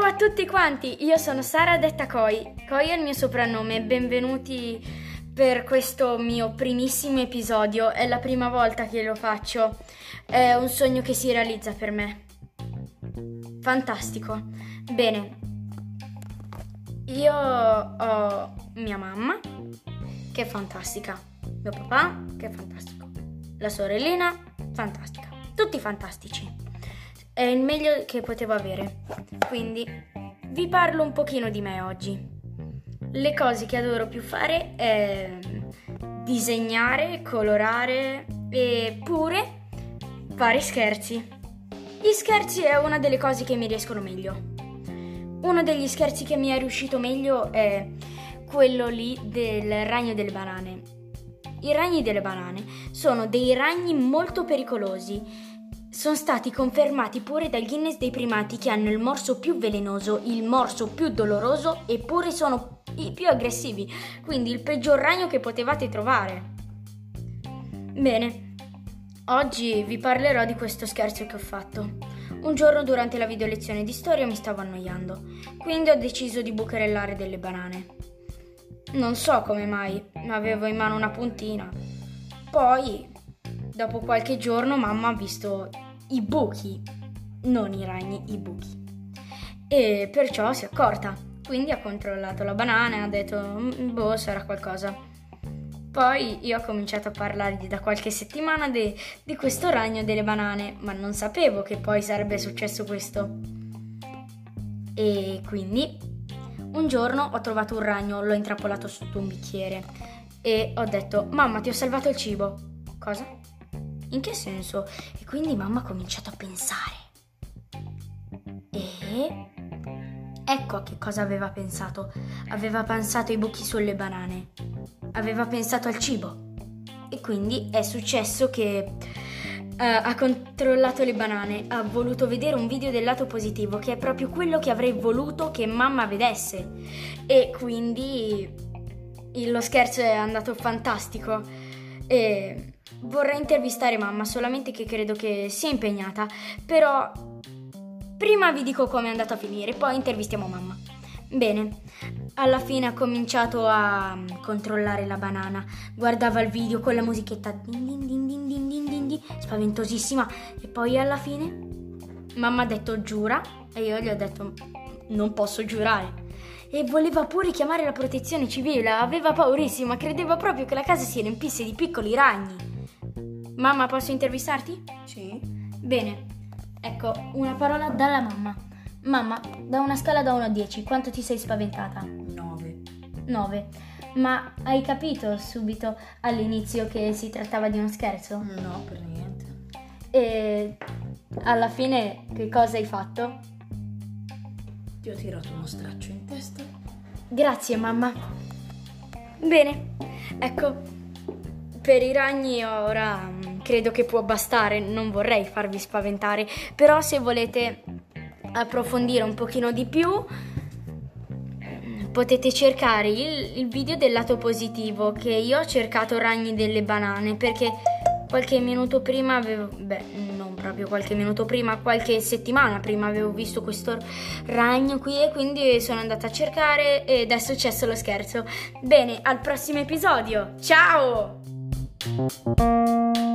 a tutti quanti, io sono Sara detta Koi. Koi è il mio soprannome, benvenuti per questo mio primissimo episodio. È la prima volta che lo faccio, è un sogno che si realizza per me. Fantastico. Bene, io ho mia mamma, che è fantastica, mio papà, che è fantastico, la sorellina, fantastica, tutti fantastici. È il meglio che potevo avere. Quindi vi parlo un pochino di me oggi. Le cose che adoro più fare è disegnare, colorare e pure fare scherzi. Gli scherzi è una delle cose che mi riescono meglio. Uno degli scherzi che mi è riuscito meglio è quello lì del ragno delle banane. I ragni delle banane sono dei ragni molto pericolosi. Sono stati confermati pure dal Guinness dei primati che hanno il morso più velenoso, il morso più doloroso, eppure sono i più aggressivi, quindi il peggior ragno che potevate trovare. Bene, oggi vi parlerò di questo scherzo che ho fatto. Un giorno durante la video lezione di storia mi stavo annoiando, quindi ho deciso di bucherellare delle banane. Non so come mai, ma avevo in mano una puntina. Poi, dopo qualche giorno, mamma ha visto i buchi, non i ragni, i buchi. E perciò si è accorta, quindi ha controllato la banana e ha detto, sarà qualcosa. Poi io ho cominciato a parlargli da qualche settimana di questo ragno delle banane, ma non sapevo che poi sarebbe successo questo. E quindi un giorno ho trovato un ragno, l'ho intrappolato sotto un bicchiere e ho detto, mamma, ti ho salvato il cibo. Cosa? In che senso? E quindi mamma ha cominciato a pensare. E ecco a che cosa aveva pensato. Aveva pensato ai buchi sulle banane. Aveva pensato al cibo. E quindi è successo che ha controllato le banane. Ha voluto vedere un video del lato positivo, che è proprio quello che avrei voluto che mamma vedesse. E quindi lo scherzo è andato fantastico. E vorrei intervistare mamma, solamente che credo che sia impegnata, però prima vi dico come è andata a finire, poi intervistiamo mamma. Bene, alla fine ha cominciato a controllare la banana, guardava il video con la musichetta din din din din din din din din, spaventosissima, e poi alla fine mamma ha detto giura e io gli ho detto non posso giurare. E voleva pure chiamare la protezione civile, aveva paurissima, credeva proprio che la casa si riempisse di piccoli ragni. Mamma, posso intervistarti? Sì. Bene, ecco, una parola dalla mamma. Mamma, da una scala da 1 a 10, quanto ti sei spaventata? 9. 9. Ma hai capito subito all'inizio che si trattava di uno scherzo? No, per niente. E alla fine che cosa hai fatto? Ti ho tirato uno straccio in testa. Grazie, mamma. Bene, ecco, per i ragni ora credo che può bastare, non vorrei farvi spaventare, però se volete approfondire un pochino di più potete cercare il video del lato positivo, che io ho cercato ragni delle banane perché qualche minuto prima avevo, non proprio qualche minuto prima, qualche settimana prima avevo visto questo ragno qui e quindi sono andata a cercare ed è successo lo scherzo. Bene, al prossimo episodio, ciao!